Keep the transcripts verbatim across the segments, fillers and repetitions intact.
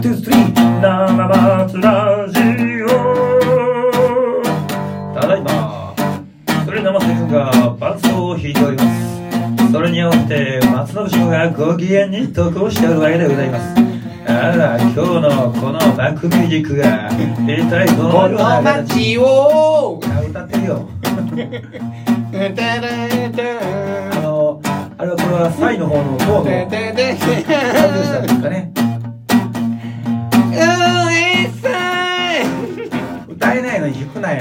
ツースリー生松ラジオ。ただいまそれ生瀬君が伴奏を弾いております。それに合わせて松信翔がご機嫌に投稿しておるわけでございます。あら、今日のこのバックミュージックが一体どのような街を歌ってるよあの、あれはこれはサイの方の方の作業したんですかね。歌えないのに弾くなよ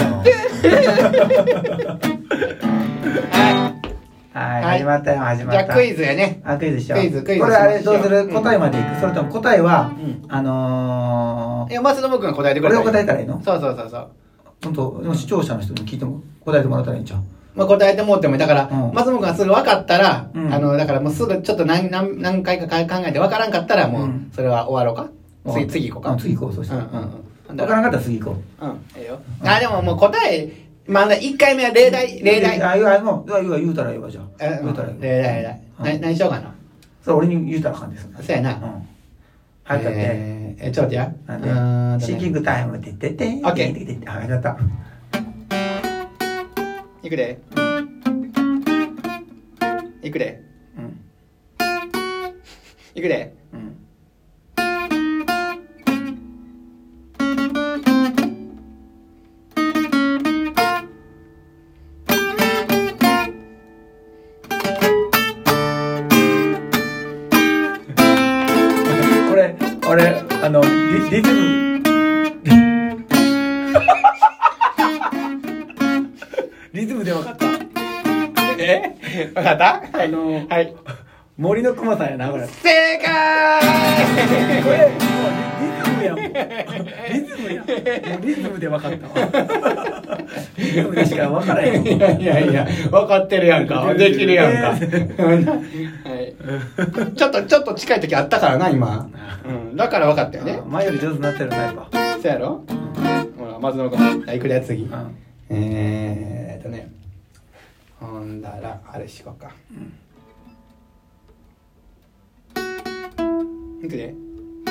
はい、はい、始まったよ、始まった。 じゃあクイズやね。 あ、クイズしよう。 クイズ、クイズ。 これあれどうする、 うん、 答えまでいく、それとも答えは、 うん、 あのー、 いや、松信君が答えてくれたらいい。 俺が答えたらいいの？ そうそうそうそう。 本当、視聴者の人に聞いても、答えてもらったらいいんちゃう？ まあ、答えてもってもいい。だから、うん、松信君がすぐ分かったら、 うん、 あの、だからもうすぐちょっと何、何、何回か考えて分からんかったら、もう、それは終わろうか。うん、次、次行こうか。 うん、次行こう、そしたら。 うんうんうん。 分からんかったら次行こう。うん、ええよ。うん、あ、でももう答え、まあ、いっかいめは例題、例題。 あ、言う、もう、言うたらいいわ、じゃあ。 言うたらいい。例題、例題。何、何しようかな。 それ俺に言うたらあかんです。 そうやな。うん。 はい、だって。 えー、ちょっとや。 なんでシンキングタイムって言ってて。 オッケー。 あ、やった。 いくで。いくで。うん。いくで。うん。 俺、あの、リ, リズムリズムで分かった。 え分かった？ あの、 はい。 森の熊さんやな、これ。 正解これ、もうリズムやん。リズムやん。もうリズムで分かったわ。リズムでしか分からへん。 いやいやいや、分かってるやんか。できるやんか。はい。ちょっと、ちょっと近い時あったからな、今。うん。だから分かったよね。 前より上手になってるな、やっぱ。 そうやろ？うん、ほら、松野君。はい、くるや次。うん、えーっとね。ほんだら、あれしようか。うん。いくで。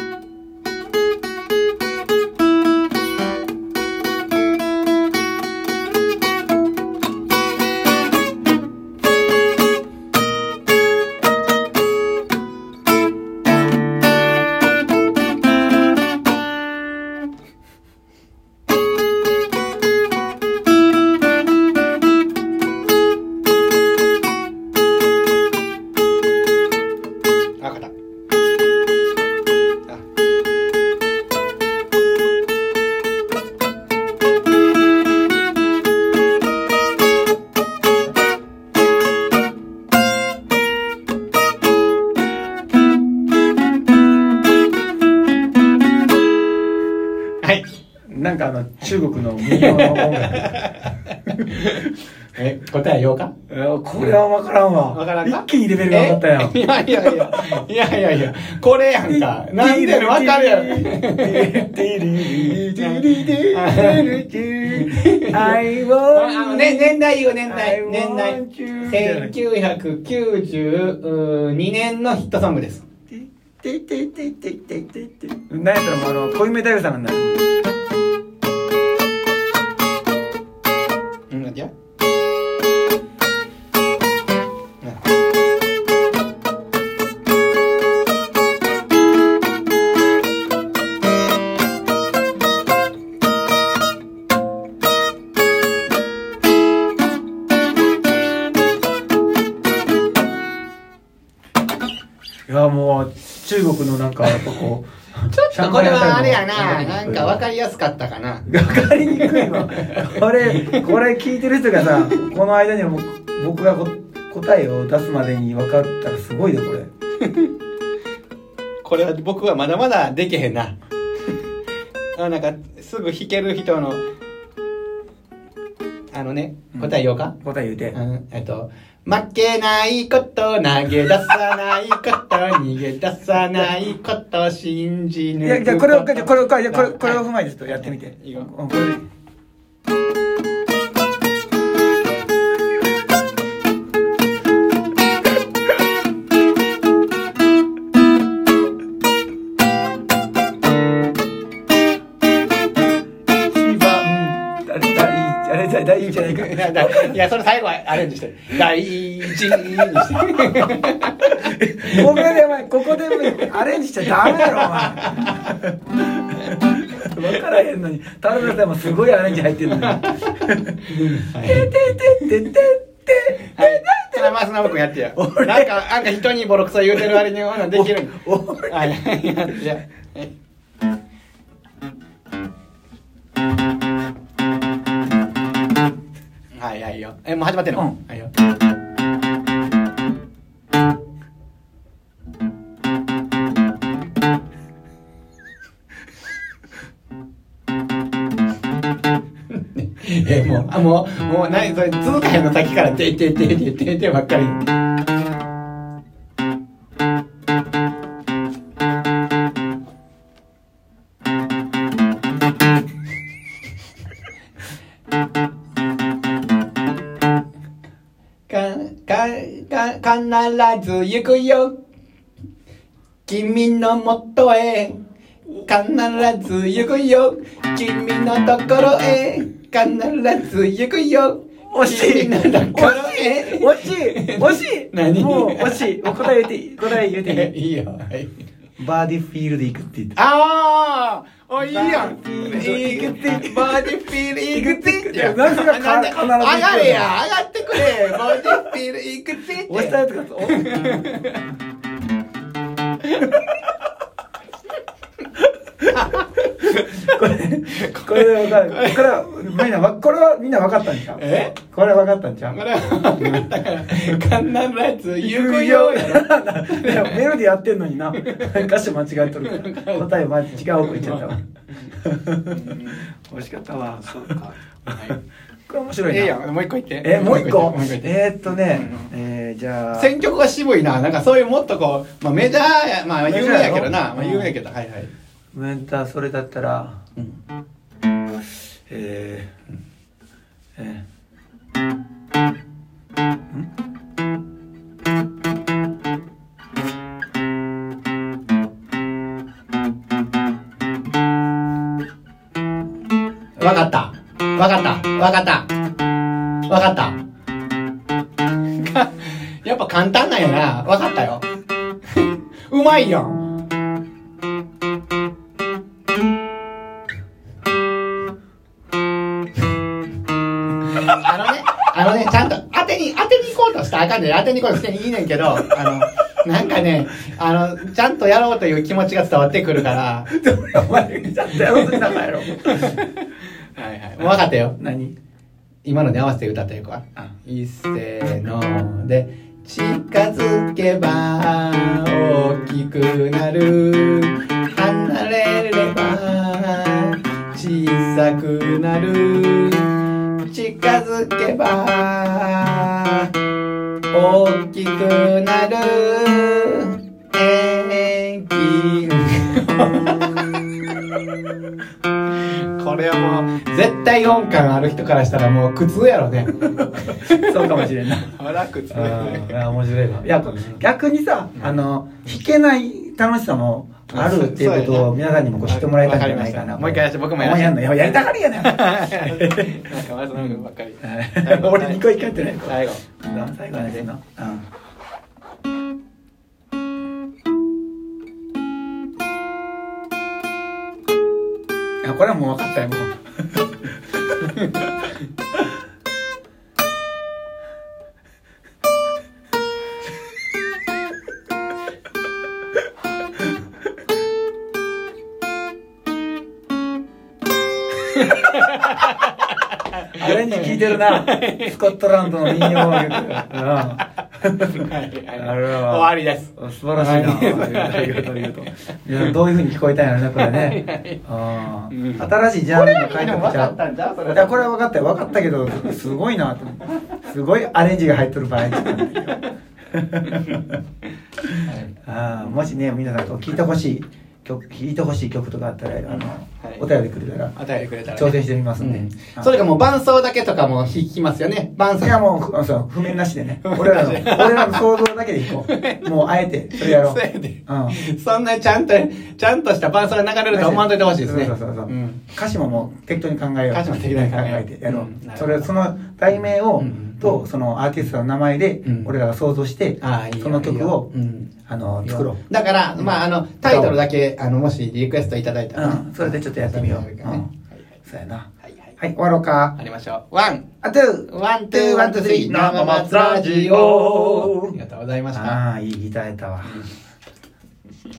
なんかあの中国の民謡の音楽え、答え言おうか？ これは分からんわ。 分からんか？ 一気にレベルが上がったよ。 いやいやいや、いやいやいや、これやんか。なんで分かるやろ。 愛をあのね、年代よ、年代。年代。せんきゅうひゃくきゅうじゅうにねんのヒットソングです。 ててててててて。何やったらもうあの、小夢太夫さんがなる。 うん、なんてや？ いやもう中国のなんかやっぱこうちょっとこれはあれやな、なんか分かりやすかったかな。 分かりにくいわ。これこれ聞いてる人がさ、この間にも僕が答えを出すまでに分かったらすごいでこれ。 これは僕はまだまだできへんな。あ、なんかすぐ弾ける人のあのね、答え言おうか？ 答え言うて。 うん、えっと。負けないこと、投げ出さないこと、逃げ出さないこと、信じ抜くこと。いや、 じゃあこれを、これを、これを、これを、これを踏まえてちょっとやってみて。いいよ。これ第第一じゃないか。 いやだいやそれ最後はアレンジして第一にしてここでお前ここでアレンジしちゃダメやろお前分からへんのに田辺さんもすごいアレンジ入ってるのにててててててはい、それは増信君やってよ。なんか、なんか人にボロクソ言うてる割にはできる。はい、やってじゃあ。はい、はいよ。え、もう始まってんの？うん。はいよ。え、もう、あ、もう、もう、なに、それ、続かへんの、先から、ててててててばっかり。か、か、か、必ず行くよ。君のもとへ。必ず行くよ。君のところへ。必ず行くよ。 惜しい惜しい惜しい惜しい何もう惜しい。もう答え言っていい答え言っていいいいよ。はい。 バーディフィールド行くって言って。 ああおいいやん。 バーディフィールド行くって。 バーディフィールド行くって。 なんでか必ず上がれや上がってくれ。バーディフィールド行くって。 押したやつがこれこれで分かる。これはみんなこれはみんな分かったんちゃう？ え？ これは分かったんちゃう？ これは分かったから必ず行くよやろ。 メロディーやってんのにな歌詞間違えとるから答え間違う方向行っちゃったわ。惜しかったわ。そうか。これ面白いな。 ええやん。もう一個言って。 えもう一個。 もう一個言って。 えーっとね、えーじゃあ選曲が渋いな。なんかそういうもっとこうまあメジャーやまあ有名やけどな。まあ有名やけどはいはい。 メンターそれだったら、うん、えー、えー、 わかったわかったわかったわかったやっぱ簡単なんやな。わかったようまいよ。あのね、あのね、ちゃんと当てに、当てに行こうとしたらあかんねん。当てに行こうとしていいねんけど、あの、なんかね、あの、ちゃんとやろうという気持ちが伝わってくるから。 お前、ちゃんとやろうとしたからやろ。はいはい。 もう分かったよ。 何？ 今のに合わせて歌ったよ、か。いっせーので、近づけば大きくなる。離れれば小さくなる。近づけば大きくなる。えきこれはもう絶対音感ある人からしたらもう苦痛やろね。 そうかもしれんな。 あら苦痛。 いや面白いわ。いや逆にさ、あの弾けない楽しさもあるっていうことを皆さんにもこう知ってもらえたんじゃないかな。 もう一回やらせて僕もやらせて。 やんのよ。やりたがりやねん。なんかまず飲むばっかり。 俺にこいかってない。 最後。 最後なんですの。いやこれはもう分かったよもう。アレンジ聞いてるな。スコットランドの民謡曲。 あれは終わりです。 素晴らしいな。ありがとうありがとう。いやどういう風に聞こえたんやろねこれね。あ新しいジャンルの開拓ちゃう。いやこれは分かったよ分かったけどすごいなと思って。すごいアレンジが入っとる場合。あもしね皆さん聞いてほしい曲弾いてほしい曲とかあったらあの。 お便りくれたらお便りくれたら、 挑戦してみますんで、 うん、それかもう伴奏だけとかも弾きますよね。伴奏。 いやもうそう譜面なしでね俺らの俺らの想像だけで弾こうもうあえてそれやろう。 そ, うん、そんなちゃんとちゃんとした伴奏が流れると思わんといてほしいですね。 そうそうそうそう、うん、歌詞ももう適当に考えよう。 歌詞も適当に考えてやろう、うん、それその題名を、うん、とそのアーティストの名前で俺らが想像して、うん、あいいその曲を、うん、あの作ろう。 だから、まああのタイトルだけあのもしリクエストいただいたら、 うん、それでちょっとやってみよう。うん、そうやな。はいはい、終わろうか。 ありましょう。ワン、 あ、ツー、 ワン、ツー、ワン、ツー、スリー、生松ラジオ。ありがとうございました。 ああ、いいギターやったわ。うん